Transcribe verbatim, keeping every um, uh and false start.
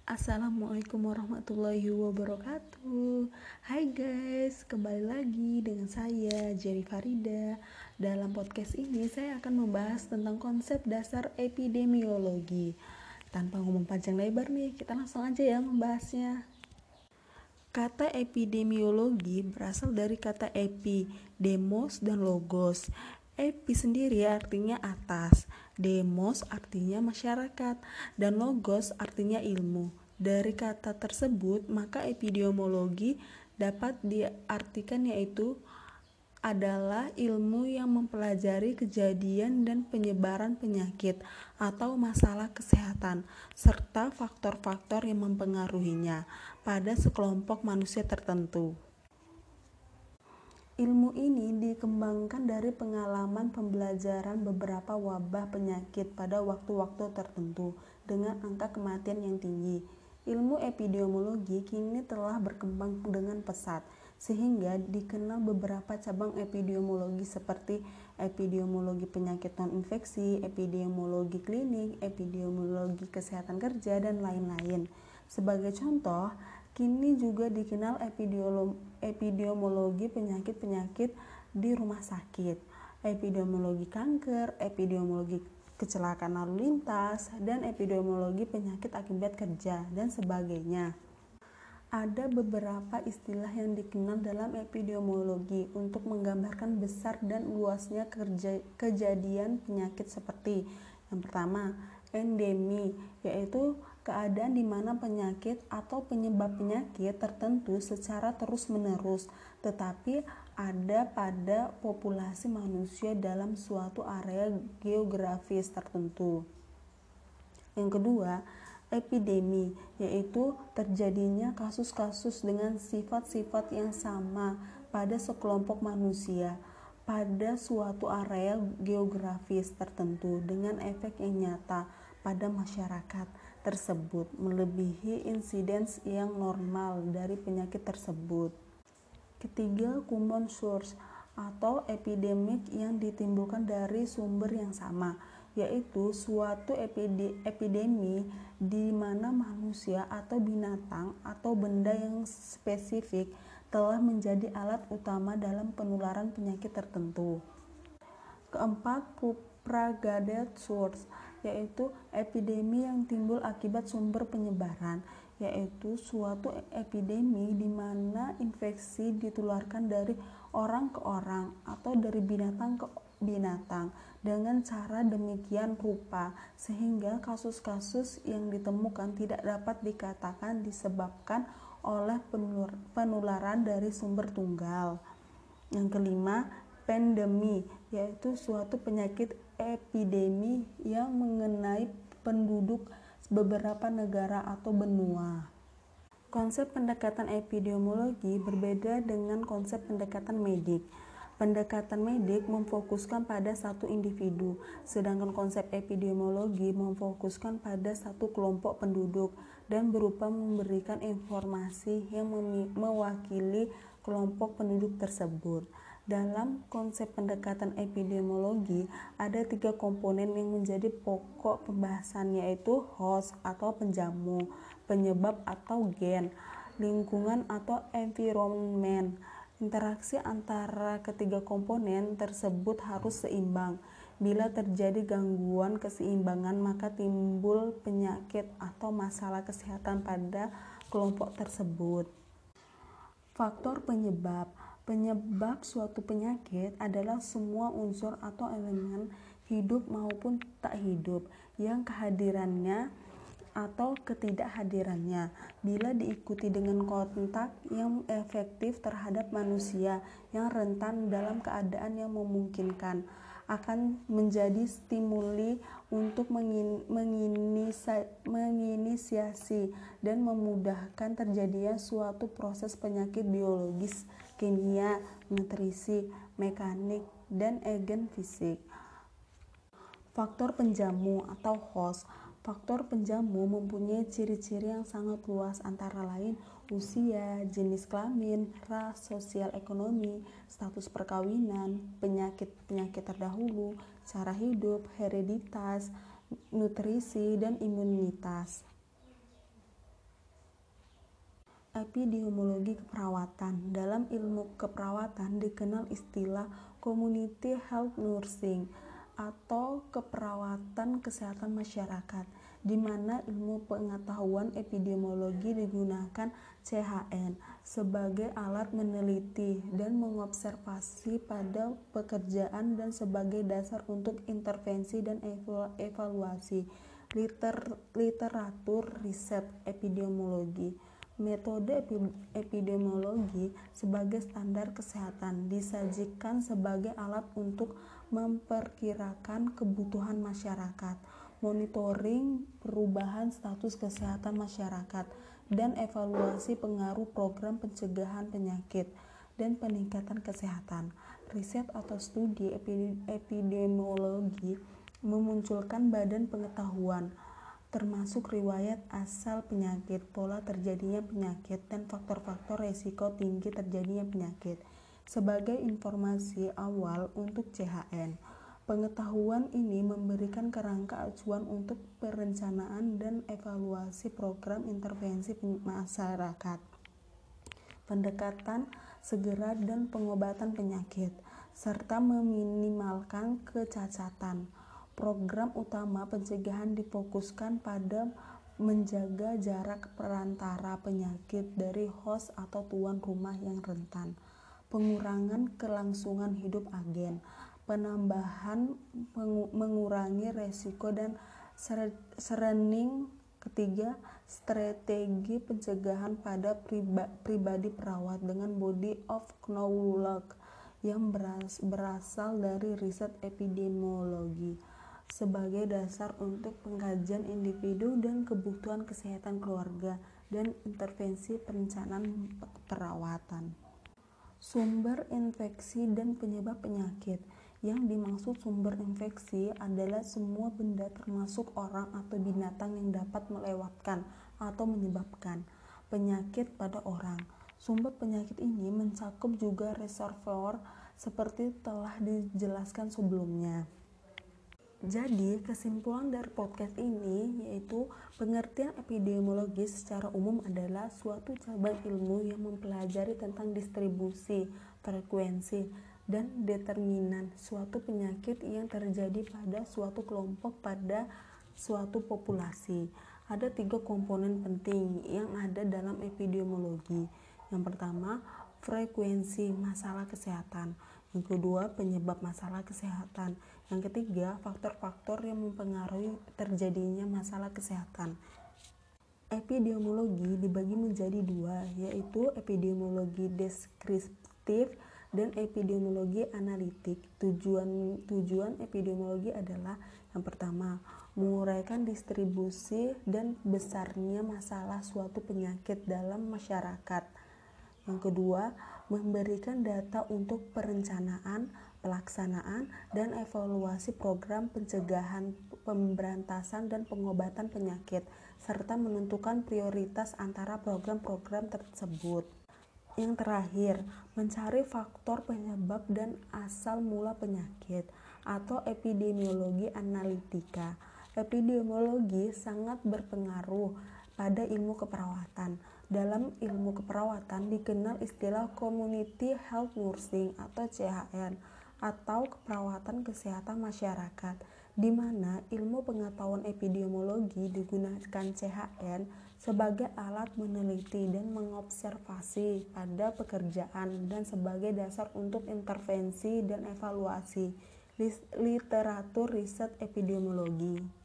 Assalamualaikum warahmatullahi wabarakatuh. Hai guys, kembali lagi dengan saya Jerry Farida. Dalam podcast ini saya akan membahas tentang konsep dasar epidemiologi. Tanpa ngomong panjang lebar nih, kita langsung aja ya membahasnya. Kata epidemiologi berasal dari kata epi, demos, dan logos. Epi sendiri artinya atas, demos artinya masyarakat, dan logos artinya ilmu. Dari kata tersebut, maka epidemiologi dapat diartikan yaitu adalah ilmu yang mempelajari kejadian dan penyebaran penyakit atau masalah kesehatan, serta faktor-faktor yang mempengaruhinya pada sekelompok manusia tertentu. Ilmu ini dikembangkan dari pengalaman pembelajaran beberapa wabah penyakit pada waktu-waktu tertentu dengan angka kematian yang tinggi. Ilmu epidemiologi kini telah berkembang dengan pesat, sehingga dikenal beberapa cabang epidemiologi seperti epidemiologi penyakit non-infeksi, epidemiologi klinik, epidemiologi kesehatan kerja, dan lain-lain. Sebagai contoh, kini juga dikenal epidemiologi penyakit-penyakit di rumah sakit, epidemiologi kanker, epidemiologi kecelakaan lalu lintas, dan epidemiologi penyakit akibat kerja, dan sebagainya. Ada beberapa istilah yang dikenal dalam epidemiologi untuk menggambarkan besar dan luasnya kerja, kejadian penyakit seperti yang pertama, endemi, yaitu keadaan di mana penyakit atau penyebab penyakit tertentu secara terus-menerus, tetapi ada pada populasi manusia dalam suatu area geografis tertentu. Yang kedua, epidemi, yaitu terjadinya kasus-kasus dengan sifat-sifat yang sama pada sekelompok manusia pada suatu area geografis tertentu dengan efek yang nyata pada masyarakat tersebut melebihi insiden yang normal dari penyakit tersebut. Ketiga, common source atau epidemik yang ditimbulkan dari sumber yang sama, yaitu suatu epidemi di mana manusia atau binatang atau benda yang spesifik telah menjadi alat utama dalam penularan penyakit tertentu. Keempat, propagated source, yaitu epidemi yang timbul akibat sumber penyebaran, yaitu suatu epidemi di mana infeksi ditularkan dari orang ke orang atau dari binatang ke binatang dengan cara demikian rupa sehingga kasus-kasus yang ditemukan tidak dapat dikatakan disebabkan oleh penularan dari sumber tunggal. Yang kelima, pandemi, yaitu suatu penyakit epidemi yang mengenai penduduk beberapa negara atau benua. Konsep pendekatan epidemiologi berbeda dengan konsep pendekatan medik. Pendekatan medik memfokuskan pada satu individu, sedangkan konsep epidemiologi memfokuskan pada satu kelompok penduduk dan berupa memberikan informasi yang mewakili kelompok penduduk tersebut. Dalam konsep pendekatan epidemiologi, ada tiga komponen yang menjadi pokok pembahasan, yaitu host atau penjamu, penyebab atau gen, lingkungan atau environment. Interaksi antara ketiga komponen tersebut harus seimbang. Bila terjadi gangguan keseimbangan, maka timbul penyakit atau masalah kesehatan pada kelompok tersebut. Faktor penyebab. Penyebab suatu penyakit adalah semua unsur atau elemen hidup maupun tak hidup yang kehadirannya atau ketidakhadirannya bila diikuti dengan kontak yang efektif terhadap manusia yang rentan dalam keadaan yang memungkinkan akan menjadi stimuli untuk menginisiasi dan memudahkan terjadinya suatu proses penyakit biologis, kimia, nutrisi, mekanik, dan agen fisik. Faktor penjamu atau host. Faktor penjamu mempunyai ciri-ciri yang sangat luas antara lain usia, jenis kelamin, ras, sosial ekonomi, status perkawinan, penyakit-penyakit terdahulu, cara hidup, hereditas, nutrisi, dan imunitas. Epidemiologi keperawatan. Dalam ilmu keperawatan dikenal istilah community health nursing atau keperawatan kesehatan masyarakat, di mana ilmu pengetahuan epidemiologi digunakan C H N sebagai alat meneliti dan mengobservasi pada pekerjaan dan sebagai dasar untuk intervensi dan evaluasi. Liter, literatur riset epidemiologi. Metode epidemiologi sebagai standar kesehatan disajikan sebagai alat untuk memperkirakan kebutuhan masyarakat, monitoring perubahan status kesehatan masyarakat, dan evaluasi pengaruh program pencegahan penyakit dan peningkatan kesehatan. Riset atau studi epidemiologi memunculkan badan pengetahuan, termasuk riwayat asal penyakit, pola terjadinya penyakit, dan faktor-faktor resiko tinggi terjadinya penyakit sebagai informasi awal untuk C H N. Pengetahuan ini memberikan kerangka acuan untuk perencanaan dan evaluasi program intervensi masyarakat, pendekatan segera dan pengobatan penyakit, serta meminimalkan kecacatan. Program utama pencegahan difokuskan pada menjaga jarak perantara penyakit dari host atau tuan rumah yang rentan, pengurangan kelangsungan hidup agen, penambahan mengurangi resiko dan screening. Ketiga, strategi pencegahan pada pribadi perawat dengan body of knowledge yang berasal dari riset epidemiologi sebagai dasar untuk pengkajian individu dan kebutuhan kesehatan keluarga dan intervensi perencanaan perawatan. Sumber infeksi dan penyebab penyakit. Yang dimaksud sumber infeksi adalah semua benda termasuk orang atau binatang yang dapat melewatkan atau menyebabkan penyakit pada orang. Sumber penyakit ini mencakup juga reservoir seperti telah dijelaskan sebelumnya. Jadi, kesimpulan dari podcast ini yaitu pengertian epidemiologi secara umum adalah suatu cabang ilmu yang mempelajari tentang distribusi, frekuensi, dan determinan suatu penyakit yang terjadi pada suatu kelompok pada suatu populasi. Ada tiga komponen penting yang ada dalam epidemiologi. Yang pertama, frekuensi masalah kesehatan. Yang kedua, penyebab masalah kesehatan. Yang ketiga, faktor-faktor yang mempengaruhi terjadinya masalah kesehatan. Epidemiologi dibagi menjadi dua, yaitu epidemiologi deskriptif dan epidemiologi analitik. Tujuan tujuan epidemiologi adalah yang pertama, menguraikan distribusi dan besarnya masalah suatu penyakit dalam masyarakat. Yang kedua, memberikan data untuk perencanaan, pelaksanaan, dan evaluasi program pencegahan, pemberantasan, dan pengobatan penyakit, serta menentukan prioritas antara program-program tersebut. Yang terakhir, mencari faktor penyebab dan asal mula penyakit, atau epidemiologi analitika. Epidemiologi sangat berpengaruh pada ilmu keperawatan. Dalam ilmu keperawatan dikenal istilah community health nursing atau C H N atau keperawatan kesehatan masyarakat, di mana ilmu pengetahuan epidemiologi digunakan C H N sebagai alat meneliti dan mengobservasi pada pekerjaan dan sebagai dasar untuk intervensi dan evaluasi. Literatur riset epidemiologi.